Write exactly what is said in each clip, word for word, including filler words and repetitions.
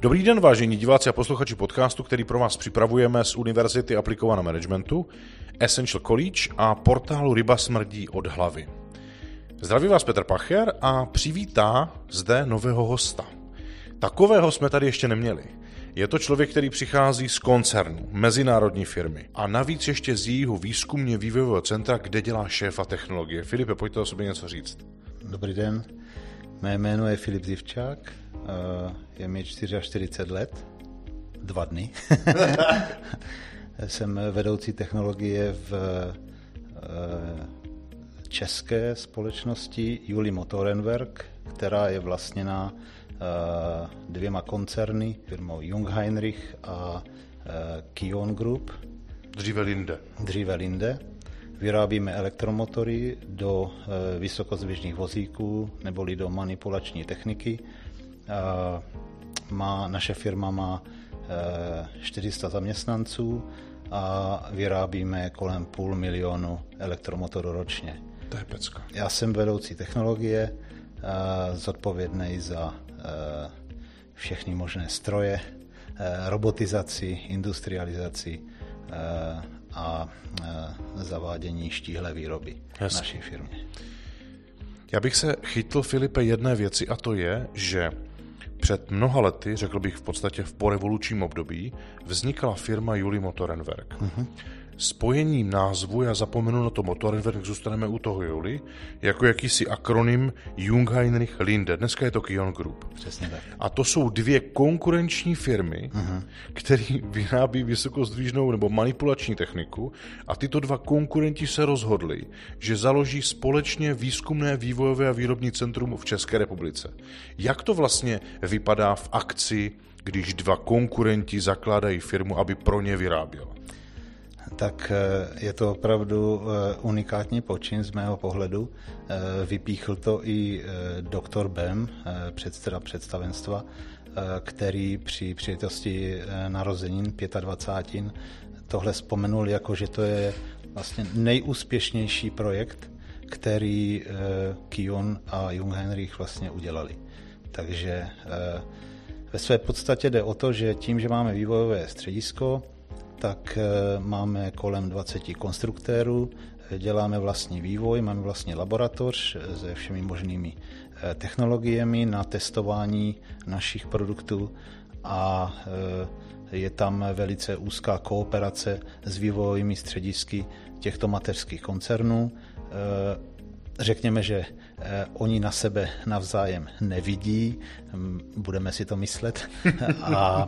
Dobrý den, vážení diváci a posluchači podcastu, který pro vás připravujeme z Univerzity aplikovaného managementu, Essential College a portálu Ryba smrdí od hlavy. Zdraví vás Petr Pacher a přivítá zde nového hosta. Takového jsme tady ještě neměli. Je to člověk, který přichází z koncernu, mezinárodní firmy a navíc ještě z jejího výzkumně vývojového centra, kde dělá šéfa technologie. Filipe, pojďte o sobě něco říct. Dobrý den, mé jméno je Filip Zivčák, je mi čtyřicet čtyři let, dva dny. Jsem vedoucí technologie v české společnosti Juli Motorenwerk, která je vlastněna dvěma koncerny, firmou Jungheinrich a Kion Group. Dříve Linde. Dříve Linde. Vyrábíme elektromotory do vysokozvěžných vozíků neboli do manipulační techniky. Má, naše firma má čtyři sta zaměstnanců a vyrábíme kolem půl milionu elektromotorů ročně. To je pecka. Já jsem vedoucí technologie, zodpovědný za všechny možné stroje, robotizaci, industrializaci a zavádění štíhlé výroby v naší firmě. Já bych se chytl, Filipe, jedné věci a to je, že před mnoha lety, řekl bych v podstatě v porevolučním období, vznikla firma Juli Motorenwerk. Uh-huh. Spojením názvu, já zapomenu na to Motorenwerk, zůstaneme u toho Juli, jako jakýsi akronym Jungheinrich Linde. Dneska je to Kion Group. Přesně tak. A to jsou dvě konkurenční firmy, uh-huh. které vyrábí vysokozdvižnou nebo manipulační techniku a tyto dva konkurenti se rozhodli, že založí společně výzkumné, vývojové a výrobní centrum v České republice. Jak to vlastně vypadá v akci, když dva konkurenti zakládají firmu, aby pro ně vyráběla? Tak je to opravdu unikátní počin z mého pohledu. Vypíchl to i doktor Bem, předseda představenstva, který při příležitosti narozenin dvacátých pěti tohle vzpomenul jako, že to je vlastně nejúspěšnější projekt, který Kion a Jungheinrich vlastně udělali. Takže ve své podstatě jde o to, že tím, že máme vývojové středisko, tak máme kolem dvacet konstruktérů, děláme vlastní vývoj, máme vlastní laboratoř se všemi možnými technologiemi na testování našich produktů a je tam velice úzká kooperace s vývojovými středisky těchto mateřských koncernů. Řekněme, že oni na sebe navzájem nevidí, budeme si to myslet, a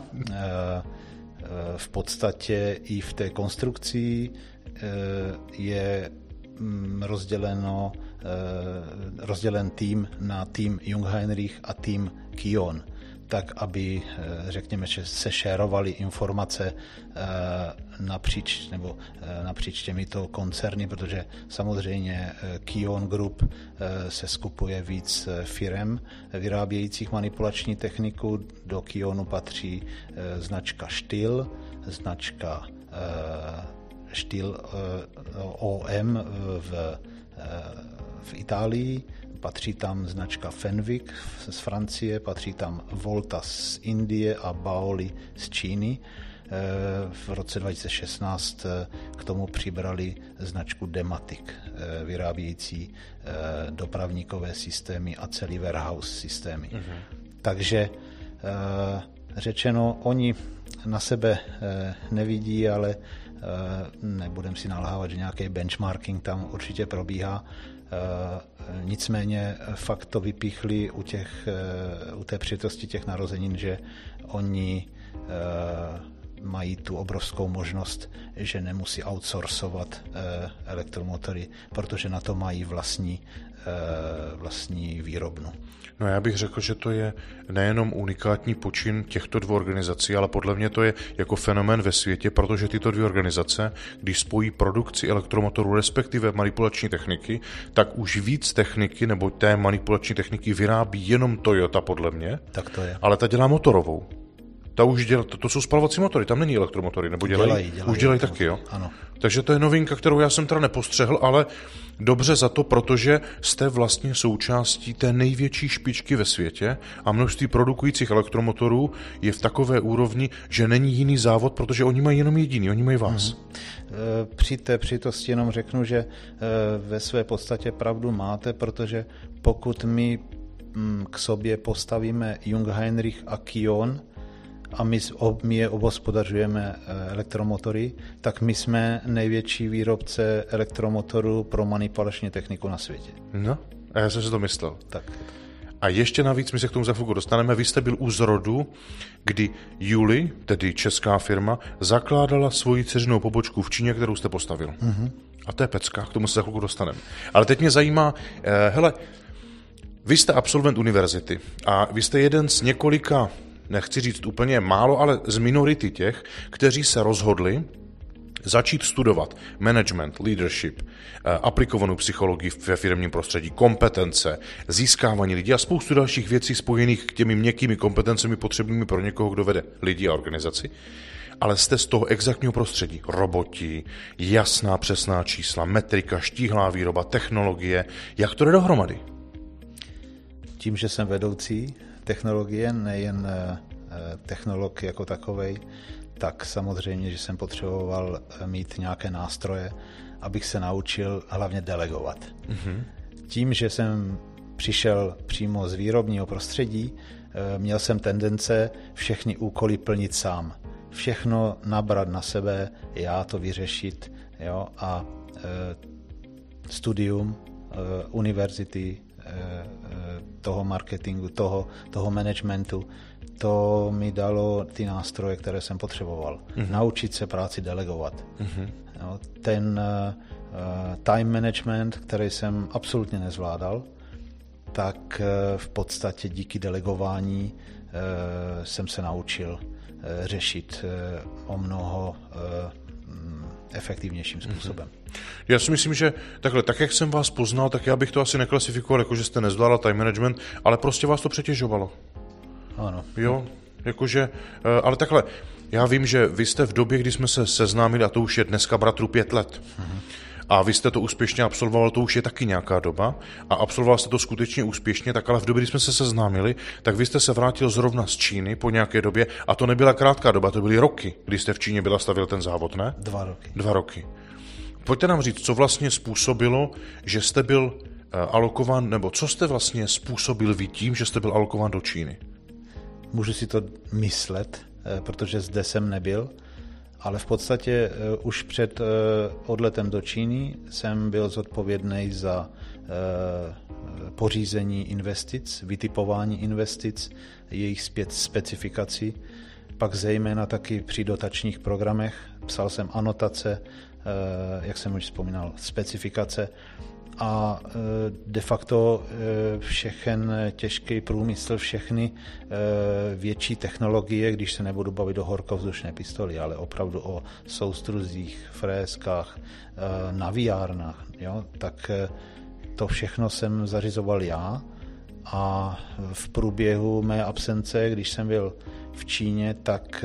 v podstatě i v té konstrukci je rozděleno, rozdělen tým na tým Jungheinrich a tým Kion, tak aby, řekněme, že se šérovaly informace napříč, nebo napříč těmito koncerny, protože samozřejmě Kion Group se skupuje víc firem vyrábějících manipulační techniku. Do Kionu patří značka Stihl, značka Stihl O M v, v Itálii, patří tam značka Fenwick z Francie, patří tam Volta z Indie a Baoli z Číny. V roce dva tisíce šestnáct k tomu přibrali značku Dematic, vyrábějící dopravníkové systémy a celý warehouse systémy. Uh-huh. Takže řečeno, oni na sebe nevidí, ale nebudem si nalhávat, že nějaký benchmarking tam určitě probíhá. Nicméně fakt to vypíchli u, těch, u té příležitosti těch narozenin, že oni mají tu obrovskou možnost, že nemusí outsourcovat elektromotory, protože na to mají vlastní, vlastní výrobnu. No já bych řekl, že to je nejenom unikátní počin těchto dvou organizací, ale podle mě to je jako fenomén ve světě, protože tyto dvě organizace, když spojí produkci elektromotorů, respektive manipulační techniky, tak už víc techniky nebo té manipulační techniky vyrábí jenom Toyota podle mě, tak to je. Ale ta dělá motorovou. Ta už dělá, to, to jsou spalovací motory, tam není elektromotory, nebo dělají? Dělají, dělají už dělají taky, jo? Ano. Takže to je novinka, kterou já jsem teda nepostřehl, ale dobře za to, protože jste vlastně součástí té největší špičky ve světě a množství produkujících elektromotorů je v takové úrovni, že není jiný závod, protože oni mají jenom jediný, oni mají vás. Mm-hmm. Při té přitosti jenom řeknu, že ve své podstatě pravdu máte, protože pokud my k sobě postavíme Jungheinrich a Kion a my, my je obospodařujeme elektromotory, tak my jsme největší výrobce elektromotorů pro manipulační techniku na světě. No, a já jsem si to myslel. Tak. A ještě navíc, my se k tomu za chvilku dostaneme, vy jste byl u zrodu, kdy Juli, tedy česká firma, zakládala svoji dceřinou pobočku v Číně, kterou jste postavil. Mm-hmm. A to je pecka, k tomu se za chvilku dostaneme. Ale teď mě zajímá, eh, hele, vy jste absolvent univerzity a vy jste jeden z několika, nechci říct úplně málo, ale z minority těch, kteří se rozhodli začít studovat management, leadership, aplikovanou psychologii ve firemním prostředí, kompetence, získávání lidí a spoustu dalších věcí spojených k těmi měkkými kompetencemi potřebnými pro někoho, kdo vede lidi a organizaci. Ale jste z toho exaktního prostředí. Roboti, jasná, přesná čísla, metrika, štíhlá výroba, technologie. Jak to jde dohromady? Tím, že jsem vedoucí technologie, nejen technolog jako takovej, tak samozřejmě, že jsem potřeboval mít nějaké nástroje, abych se naučil hlavně delegovat. Mm-hmm. Tím, že jsem přišel přímo z výrobního prostředí, měl jsem tendence všechny úkoly plnit sám. Všechno nabrat na sebe, já to vyřešit, jo, a e, studium e, univerzity, e, toho marketingu, toho, toho managementu, to mi dalo ty nástroje, které jsem potřeboval. Mm-hmm. Naučit se práci delegovat. Mm-hmm. Jo, ten uh, time management, který jsem absolutně nezvládal, tak uh, v podstatě díky delegování uh, jsem se naučil uh, řešit uh, o mnoho uh, efektivnějším způsobem. Mm-hmm. Já si myslím, že takhle, tak jak jsem vás poznal, tak já bych to asi neklasifikoval, jako že jste nezvládal time management, ale prostě vás to přetěžovalo. Ano. Jo, jakože, ale takhle, já vím, že vy jste v době, kdy jsme se seznámili, a to už je dneska bratru pět let, mm-hmm. a vy jste to úspěšně absolvoval, to už je taky nějaká doba, a absolvoval jste to skutečně úspěšně, tak ale v době, kdy jsme se seznámili, tak vy jste se vrátil zrovna z Číny po nějaké době, a to nebyla krátká doba, to byly roky, kdy jste v Číně byla stavil ten závod, ne? Dva roky. Dva roky. Pojďte nám říct, co vlastně způsobilo, že jste byl alokován, nebo co jste vlastně způsobil vy tím, že jste byl alokován do Číny? Můžu si to myslet, protože zde jsem nebyl, ale v podstatě už před odletem do Číny jsem byl zodpovědný za pořízení investic, vytipování investic, jejich specifikaci, pak zejména taky při dotačních programech. Psal jsem anotace, jak jsem už vzpomínal, specifikace, a de facto všechen těžký průmysl, všechny větší technologie, když se nebudu bavit o horkovzdušné pistoli, ale opravdu o soustruzích, fréskách, navijárnách, jo, tak to všechno jsem zařizoval já a v průběhu mé absence, když jsem byl v Číně, tak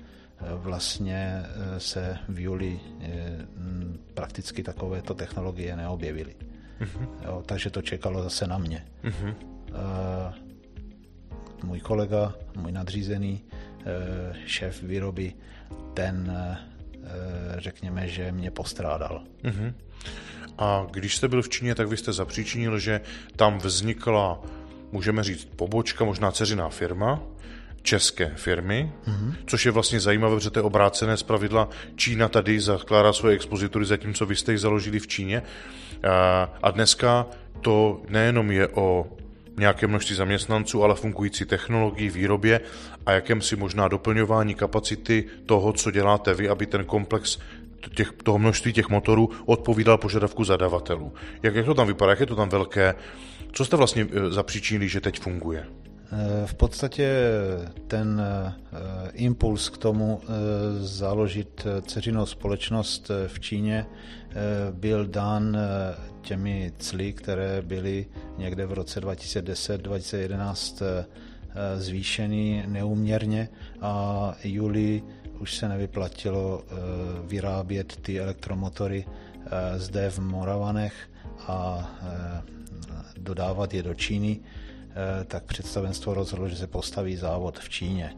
vlastně se v Juli prakticky takovéto technologie neobjevily. Mm-hmm. Jo, takže to čekalo zase na mě. Mm-hmm. Uh, můj kolega, můj nadřízený, uh, šéf výroby, ten, uh, řekněme, že mě postrádal. Mm-hmm. A když jste byl v Číně, tak vy jste zapříčinil, že tam vznikla, můžeme říct, pobočka, možná dceřiná firma, české firmy, mm-hmm. což je vlastně zajímavé, protože to je obrácené zpravidla. Čína tady zakládá svoje expozitory, zatímco vy jste ji založili v Číně. A dneska to nejenom je o nějaké množství zaměstnanců, ale fungující technologii, výrobě a jakémsi možná doplňování kapacity toho, co děláte vy, aby ten komplex těch, toho množství těch motorů odpovídal požadavku zadavatelů. Jak, jak to tam vypadá, jak je to tam velké? Co jste vlastně zapříčinili, že teď funguje? V podstatě ten impuls k tomu založit dceřinou společnost v Číně byl dán těmi cly, které byly někde v roce dva tisíce deset dva tisíce jedenáct zvýšený neúměrně a Julii už se nevyplatilo vyrábět ty elektromotory zde v Moravanech a dodávat je do Číny, tak představenstvo rozhodlo, že se postaví závod v Číně.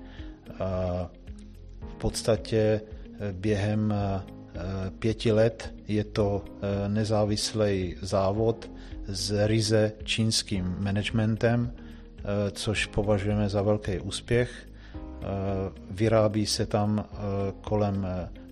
V podstatě během pěti let je to nezávislý závod s ryze čínským managementem, což považujeme za velký úspěch. Vyrábí se tam kolem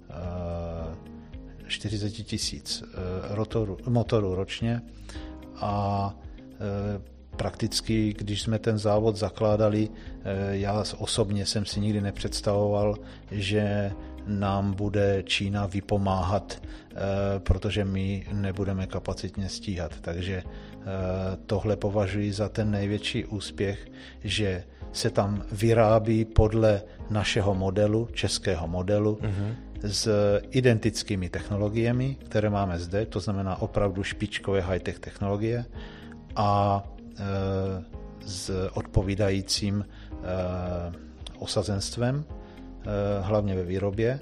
čtyřicet tisíc motorů ročně a prakticky, když jsme ten závod zakládali, já osobně jsem si nikdy nepředstavoval, že nám bude Čína vypomáhat, protože my nebudeme kapacitně stíhat. Takže tohle považuji za ten největší úspěch, že se tam vyrábí podle našeho modelu, českého modelu, mm-hmm. s identickými technologiemi, které máme zde, to znamená opravdu špičkové high-tech technologie a s odpovídajícím osazenstvem, hlavně ve výrobě,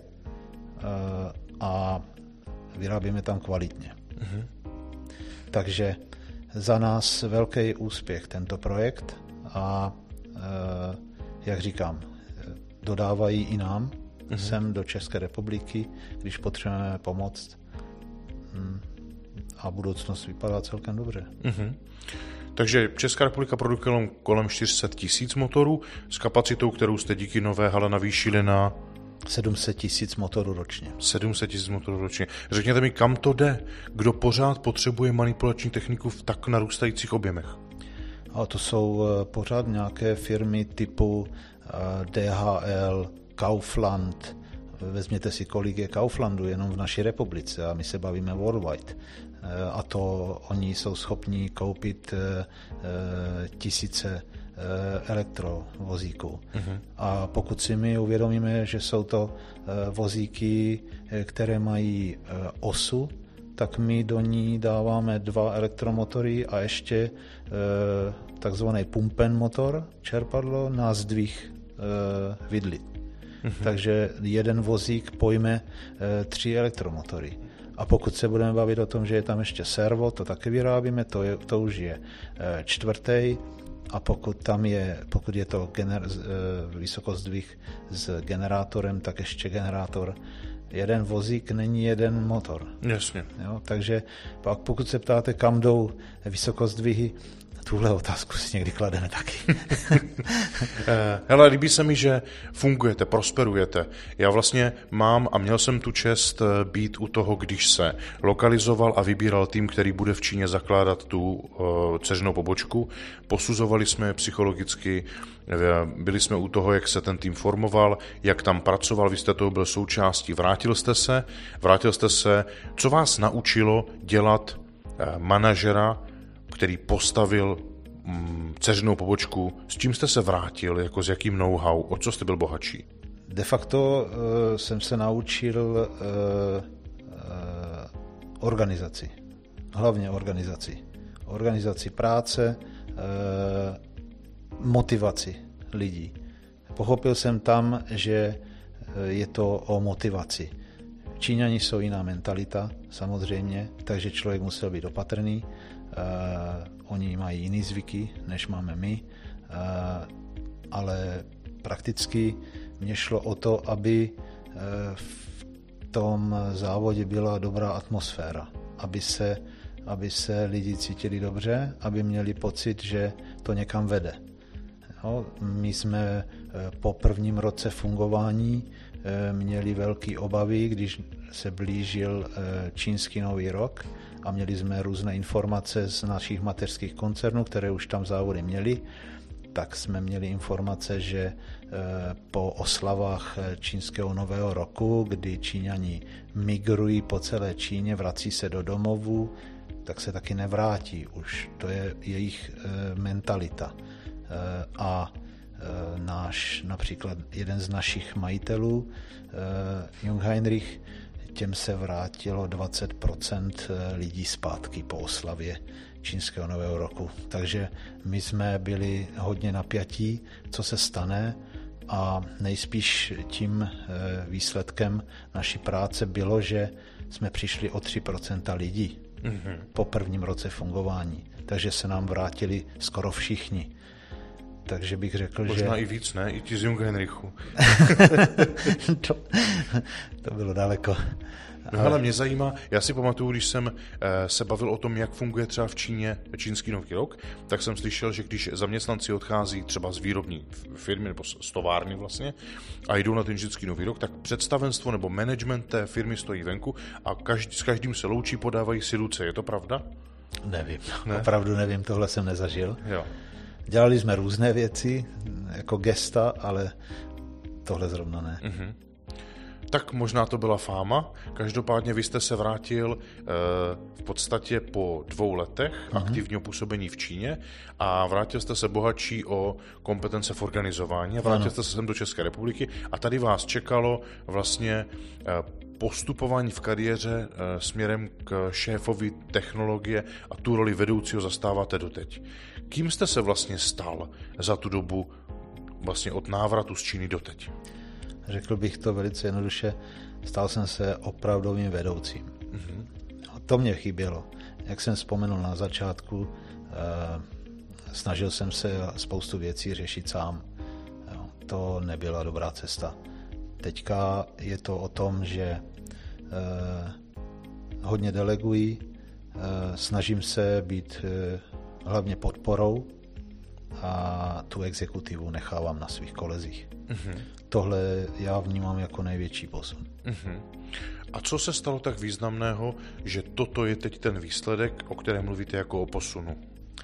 a vyrábíme tam kvalitně. Mm-hmm. Takže za nás velký úspěch tento projekt a jak říkám, dodávají i nám mm-hmm. sem do České republiky, když potřebujeme pomoct a budoucnost vypadá celkem dobře. Mm-hmm. Takže Česká republika produkuje kolem čtyři sta tisíc motorů s kapacitou, kterou jste díky nové hale navýšili na sedm set tisíc motorů ročně. sedm set tisíc motorů ročně. Řekněte mi, kam to jde? Kdo pořád potřebuje manipulační techniku v tak narůstajících objemech? A to jsou pořád nějaké firmy typu D H L, Kaufland. Vezměte si, kolik je Kauflandu jenom v naší republice a my se bavíme worldwide. A to oni jsou schopni koupit tisíce elektrovozíků. Uh-huh. A pokud si my uvědomíme, že jsou to vozíky, které mají osu, tak my do ní dáváme dva elektromotory a ještě takzvaný pumpen motor, čerpadlo, na zdvih vidly. Uh-huh. Takže jeden vozík pojme tři elektromotory. A pokud se budeme bavit o tom, že je tam ještě servo, to taky vyrábíme, to, je, to už je čtvrtý. A pokud tam je, pokud je to gener, vysokozdvih s generátorem, tak ještě generátor. Jeden vozík není jeden motor. Jasně. Jo, takže pak pokud se ptáte, kam jdou vysokozdvihy, tuhle otázku si někdy klademe taky. Hele, líbí se mi, že fungujete, prosperujete. Já vlastně mám a měl jsem tu čest být u toho, když se lokalizoval a vybíral tým, který bude v Číně zakládat tu uh, dceřinou pobočku. Posuzovali jsme je psychologicky, byli jsme u toho, jak se ten tým formoval, jak tam pracoval, vy jste toho byl součástí. Vrátil jste se, vrátil jste se. Co vás naučilo dělat uh, manažera, který postavil mm, dceřinou pobočku, s čím jste se vrátil, jako s jakým know-how, o co jste byl bohatší? De facto uh, jsem se naučil uh, uh, organizaci. Hlavně organizaci. Organizaci práce, uh, motivaci lidí. Pochopil jsem tam, že je to o motivaci. Číňani jsou jiná mentalita, samozřejmě, takže člověk musel být opatrný. Uh, oni mají jiný zvyky, než máme my, uh, ale prakticky mě šlo o to, aby uh, v tom závodě byla dobrá atmosféra, aby se, aby se lidi cítili dobře, aby měli pocit, že to někam vede. Jo, my jsme uh, po prvním roce fungování uh, měli velké obavy, když se blížil uh, čínský nový rok, a měli jsme různé informace z našich mateřských koncernů, které už tam závody měli, tak jsme měli informace, že po oslavách čínského nového roku, kdy Číňani migrují po celé Číně, vrací se do domovů, tak se taky nevrátí už. To je jejich mentalita. A náš, například jeden z našich majitelů, Jung Heinrich, těm se vrátilo dvacet procent lidí zpátky po oslavě čínského nového roku. Takže my jsme byli hodně napjatí, co se stane, a nejspíš tím výsledkem naší práce bylo, že jsme přišli o tři procenta lidí mm-hmm. po prvním roce fungování. Takže se nám vrátili skoro všichni. Takže bych řekl, Možná že... Možná i víc, ne? I ti z Jungheinrichu. to, to bylo daleko. No hele, mě zajímá, já si pamatuju, když jsem eh, se bavil o tom, jak funguje třeba v Číně čínský nový rok, tak jsem slyšel, že když zaměstnanci odchází třeba z výrobní firmy nebo z továrny vlastně a jdou na ten čínský nový rok, tak představenstvo nebo management té firmy stojí venku a každý, s každým se loučí, podávají si ruce. Je to pravda? Nevím, ne? Opravdu nevím, tohle jsem nezažil. Jo. Dělali jsme různé věci, jako gesta, ale tohle zrovna ne. Mhm. Tak možná to byla fáma. Každopádně vy jste se vrátil e, v podstatě po dvou letech mm-hmm. aktivního působení v Číně a vrátil jste se bohatší o kompetence v organizování a vrátil ano. jste se sem do České republiky a tady vás čekalo vlastně e, postupování v kariéře e, směrem k šéfovi technologie a tu roli vedoucího zastáváte doteď. Kým jste se vlastně stal za tu dobu vlastně od návratu z Číny doteď? Řekl bych to velice jednoduše, stal jsem se opravdovým vedoucím. Mm-hmm. To mě chybělo. Jak jsem vzpomenul na začátku, eh, snažil jsem se spoustu věcí řešit sám. Jo, to nebyla dobrá cesta. Teďka je to o tom, že eh, hodně deleguji, eh, snažím se být eh, hlavně podporou a tu exekutivu nechávám na svých kolezích. Mm-hmm. Tohle já vnímám jako největší posun. Mm-hmm. A co se stalo tak významného, že toto je teď ten výsledek, o kterém mluvíte jako o posunu?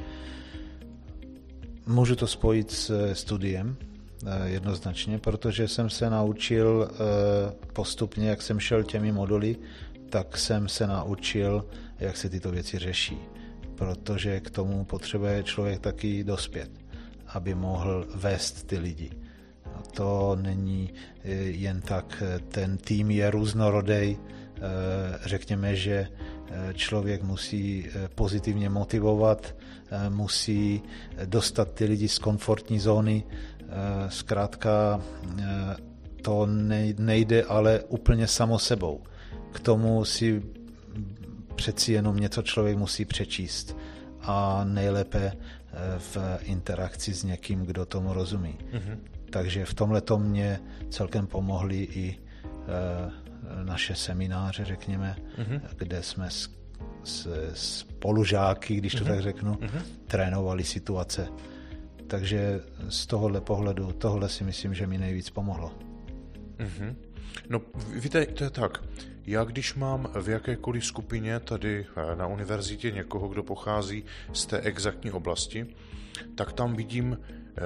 Můžu to spojit s studiem jednoznačně, protože jsem se naučil postupně, jak jsem šel těmi moduly, tak jsem se naučil, jak se tyto věci řeší. Protože k tomu potřebuje člověk taky dospět, aby mohl vést ty lidi. To není jen tak, ten tým je různorodý, řekněme, že člověk musí pozitivně motivovat, musí dostat ty lidi z komfortní zóny, zkrátka to nejde ale úplně samo sebou. K tomu si přeci jenom něco člověk musí přečíst a nejlépe v interakci s někým, kdo tomu rozumí. Mm-hmm. Takže v tomhletom mě celkem pomohly i e, naše semináře, řekněme, mm-hmm. kde jsme s, s, spolužáky, když to mm-hmm. tak řeknu, mm-hmm. trénovali situace. Takže z tohohle pohledu, tohle si myslím, že mi nejvíc pomohlo. Mm-hmm. No, víte, to je tak. Já když mám v jakékoliv skupině tady na univerzitě někoho, kdo pochází z té exaktní oblasti, tak tam vidím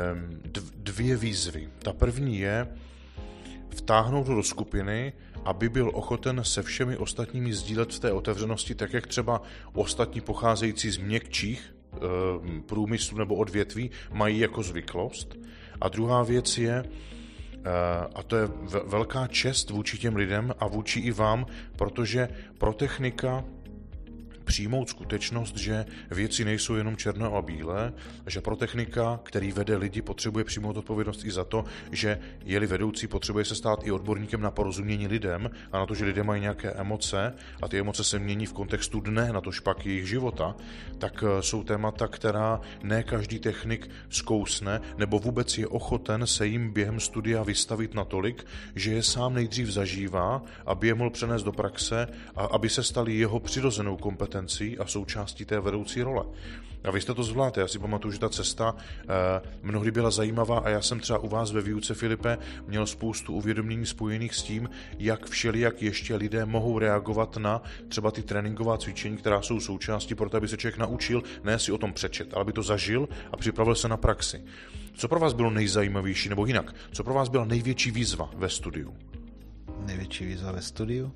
dvě výzvy. Ta první je vtáhnout do skupiny, aby byl ochoten se všemi ostatními sdílet v té otevřenosti, tak jak třeba ostatní pocházející z měkčích průmyslů nebo odvětví mají jako zvyklost. A druhá věc je, a to je velká čest vůči těm lidem a vůči i vám, protože pro technika přijmout skutečnost, že věci nejsou jenom černé a bílé, že pro technika, který vede lidi, potřebuje přijmout odpovědnost i za to, že je-li vedoucí, potřebuje se stát i odborníkem na porozumění lidem a na to, že lidé mají nějaké emoce a ty emoce se mění v kontextu dne, na to špak jejich života, tak jsou témata, která ne každý technik zkousne nebo vůbec je ochoten se jim během studia vystavit natolik, že je sám nejdřív zažívá, aby je mohl přenést do praxe a aby se stali jeho přirozenou kompetencí a součástí té vedoucí role. A vy jste to zvládli. Já si pamatuju, že ta cesta eh, mnohdy byla zajímavá a já jsem třeba u vás ve výuce, Filipe, měl spoustu uvědomění spojených s tím, jak všelijak ještě lidé mohou reagovat na třeba ty tréninková cvičení, která jsou součástí, proto aby se člověk naučil, ne si o tom přečet, ale aby to zažil a připravil se na praxi. Co pro vás bylo nejzajímavější, nebo jinak, co pro vás byla největší výzva ve studiu? Největší výzva ve studiu?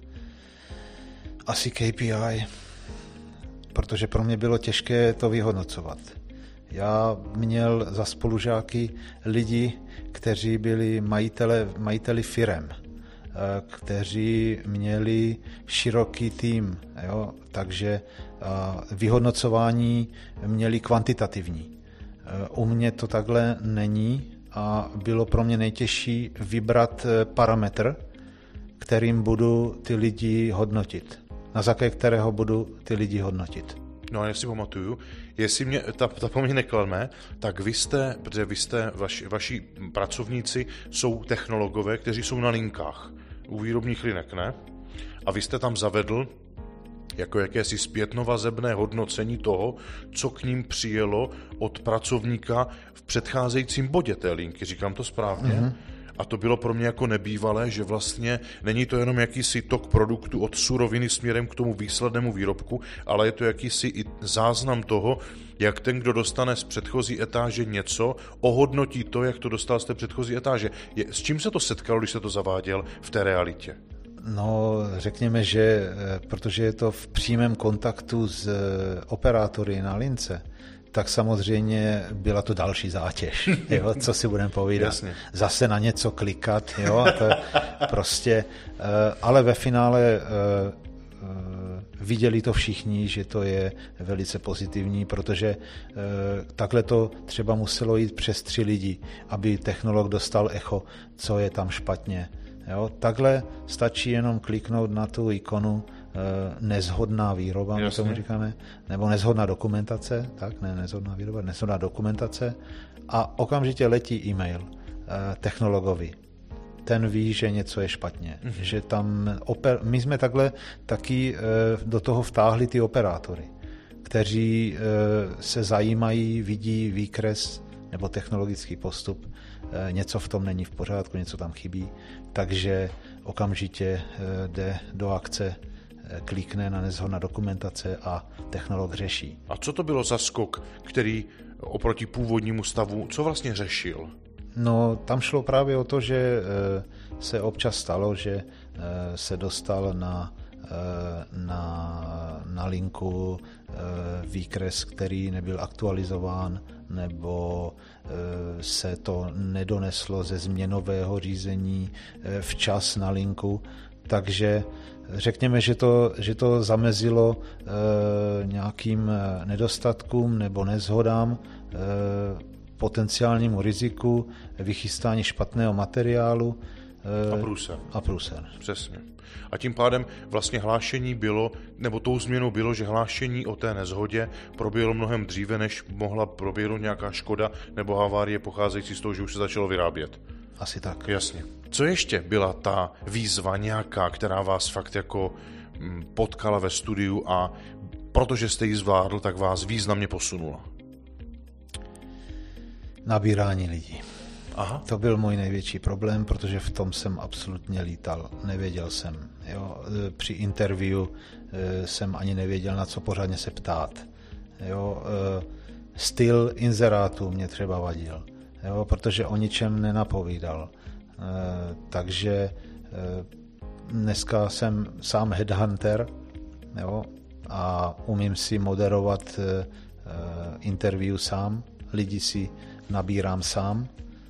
Asi K P I. Protože pro mě bylo těžké to vyhodnocovat. Já měl za spolužáky lidi, kteří byli majitele, majiteli firem. kteří měli široký tým, jo? Takže vyhodnocování měli kvantitativní. U mě to takhle není a bylo pro mě nejtěžší vybrat parametr, kterým budu ty lidi hodnotit. Na základě kterého budu ty lidi hodnotit. No a já si pamatuju, jestli mě ta, ta po mě neklame, tak vy jste, protože vy jste, vaši, vaši pracovníci jsou technologové, kteří jsou na linkách u výrobních linek, ne? A vy jste tam zavedl jako jakési zpětnovazebné hodnocení toho, co k ním přijelo od pracovníka v předcházejícím bodě té linky. Říkám to správně? Mm-hmm. A to bylo pro mě jako nebývalé, že vlastně není to jenom jakýsi tok produktu od suroviny směrem k tomu výslednému výrobku, ale je to jakýsi i záznam toho, jak ten, kdo dostane z předchozí etáže něco, ohodnotí to, jak to dostal z té předchozí etáže. Je, s čím se to setkalo, když se to zaváděl v té realitě? No, řekněme, že protože je to v přímém kontaktu s operátory na lince, tak samozřejmě byla to další zátěž, jo, co si budeme povídat. Jasně. Zase na něco klikat, jo, a to prostě, ale ve finále viděli to všichni, že to je velice pozitivní, protože takhle to třeba muselo jít přes tři lidi, aby technolog dostal echo, co je tam špatně. Jo, takhle stačí jenom kliknout na tu ikonu nezhodná výroba, my tomu říkáme, nebo nezhodná dokumentace, tak ne, nezhodná výroba, nezhodná dokumentace a okamžitě letí e-mail technologovi. Ten ví, že něco je špatně, mm-hmm. že tam oper... my jsme takhle taky do toho vtáhli ty operátory, kteří se zajímají, vidí výkres nebo technologický postup, něco v tom není v pořádku, něco tam chybí, takže okamžitě jde do akce, klikne na nezhodná dokumentace a technolog řeší. A co to bylo za skok, který oproti původnímu stavu, co vlastně řešil? No, tam šlo právě o to, že se občas stalo, že se dostal na, na, na linku výkres, který nebyl aktualizován, nebo se to nedoneslo ze změnového řízení včas na linku, takže řekněme, že to, že to zamezilo e, nějakým nedostatkům nebo neshodám, e, potenciálnímu riziku, vychystání špatného materiálu. E, a průser. A průser. Přesně. A tím pádem vlastně hlášení bylo, nebo tou změnou bylo, že hlášení o té neshodě proběhlo mnohem dříve, než mohla proběhnout nějaká škoda nebo havárie pocházející z toho, že už se začalo vyrábět. Asi tak. Jasně. Co ještě byla ta výzva nějaká, která vás fakt jako potkala ve studiu a protože jste ji zvládl, tak vás významně posunula? Nabírání lidí. Aha. To byl můj největší problém, protože v tom jsem absolutně lítal. Nevěděl jsem. Jo. Při interview jsem ani nevěděl, na co pořádně se ptát. Jo. Styl inzerátu mě třeba vadil, jo, protože o ničem nenapovídal. Takže dneska jsem sám headhunter, jo, a umím si moderovat interview sám, lidi si nabírám sám,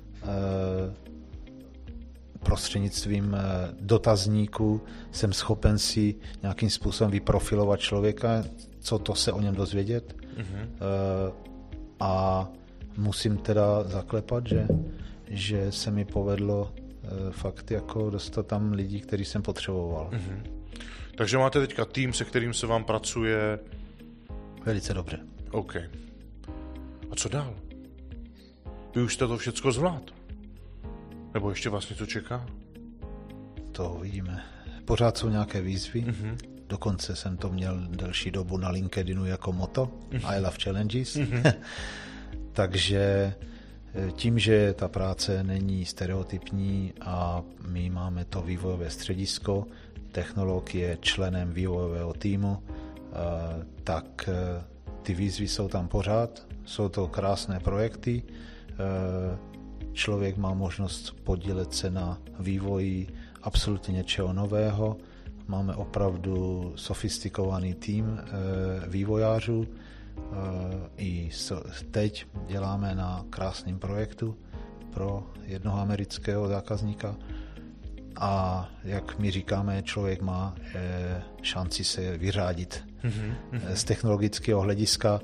prostřednictvím dotazníků jsem schopen si nějakým způsobem vyprofilovat člověka, co to se o něm dozvědět. Mm-hmm. A musím teda zaklepat, že, že se mi povedlo fakt jako dostat tam lidí, který jsem potřeboval. Mm-hmm. Takže máte teďka tým, se kterým se vám pracuje? Velice dobře. OK. A co dál? Vy už jste to všecko zvládl? Nebo ještě vás něco čeká? To uvidíme. Pořád jsou nějaké výzvy. Mm-hmm. Dokonce jsem to měl delší dobu na LinkedInu jako motto. Mm-hmm. I love challenges. Mm-hmm. Takže tím, že ta práce není stereotypní a my máme to vývojové středisko, technolog je členem vývojového týmu, tak ty výzvy jsou tam pořád. Jsou to krásné projekty. Člověk má možnost podílet se na vývoji absolutně něčeho nového. Máme opravdu sofistikovaný tým vývojářů. I teď děláme na krásném projektu pro jednoho amerického zákazníka a jak my říkáme, člověk má šanci se vyřádit. Mm-hmm. Z technologického hlediska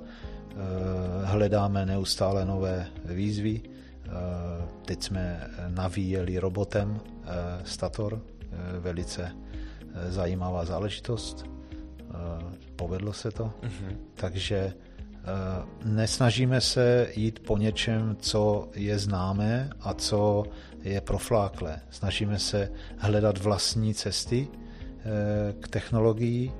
hledáme neustále nové výzvy. Teď jsme navíjeli robotem Stator, velice zajímavá záležitost. Povedlo se to. Mm-hmm. Takže nesnažíme se jít po něčem, co je známé a co je profláklé. Snažíme se hledat vlastní cesty k technologii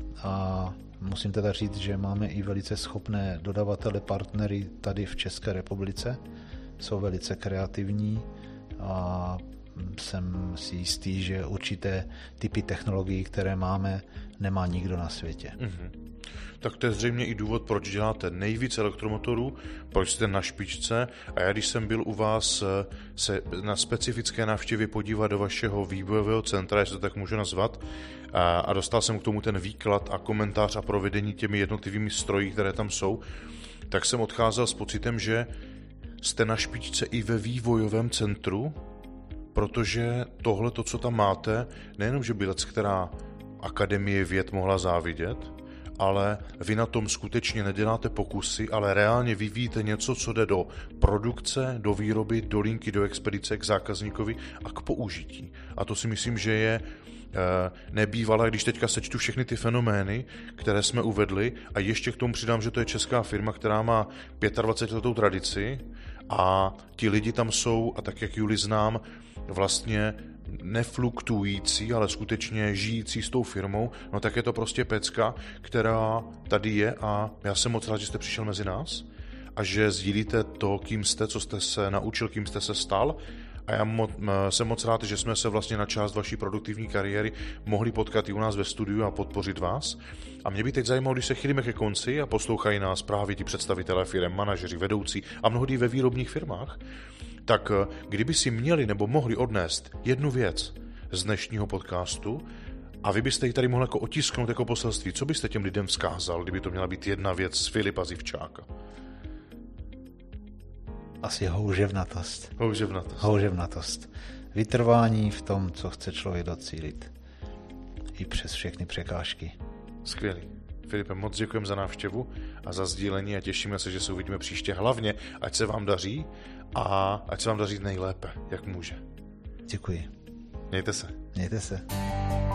a musím teda říct, že máme i velice schopné dodavatele, partnery tady v České republice. Jsou velice kreativní a jsem si jistý, že určité typy technologií, které máme, nemá nikdo na světě. Mm-hmm. Tak to je zřejmě i důvod, proč děláte nejvíc elektromotorů, proč jste na špičce. A já, když jsem byl u vás se na specifické návštěvě podívat do vašeho vývojového centra, jestli to tak můžu nazvat, a, a dostal jsem k tomu ten výklad a komentář a provedení těmi jednotlivými stroji, které tam jsou, tak jsem odcházel s pocitem, že jste na špičce i ve vývojovém centru, protože tohle, to, co tam máte, nejenom, že by leckterá akademie věd mohla závidět, ale vy na tom skutečně neděláte pokusy, ale reálně vyvíjíte něco, co jde do produkce, do výroby, do linky, do expedice k zákazníkovi a k použití. A to si myslím, že je nebývalé, když teďka sečtu všechny ty fenomény, které jsme uvedli, a ještě k tomu přidám, že to je česká firma, která má dvacetipětiletou tradici a ti lidi tam jsou, a tak jak Juli znám, vlastně nefluktující, ale skutečně žijící s tou firmou, no tak je to prostě pecka, která tady je a já jsem moc rád, že jste přišel mezi nás a že sdílíte to, kým jste, co jste se naučil, kým jste se stal. A já mo- jsem moc rád, že jsme se vlastně na část vaší produktivní kariéry mohli potkat i u nás ve studiu a podpořit vás. A mě by teď zajímalo, když se chylíme ke konci a poslouchají nás právě ti představitelé firem, manažeři, vedoucí a mnohdy ve výrobních firmách, tak kdyby si měli nebo mohli odnést jednu věc z dnešního podcastu a vy byste ji tady mohli jako otisknout jako poselství, co byste těm lidem vzkázal, kdyby to měla být jedna věc z Filipa Zivčáka? Asi houževnatost. Houževnatost. Houževnatost. Vytrvání v tom, co chce člověk docílit. I přes všechny překážky. Skvělý. Filipe, moc děkujeme za návštěvu a za sdílení a těšíme se, že se uvidíme příště. Hlavně, ať se vám daří a ať se vám daří nejlépe, jak může. Děkuji. Mějte se. Mějte se.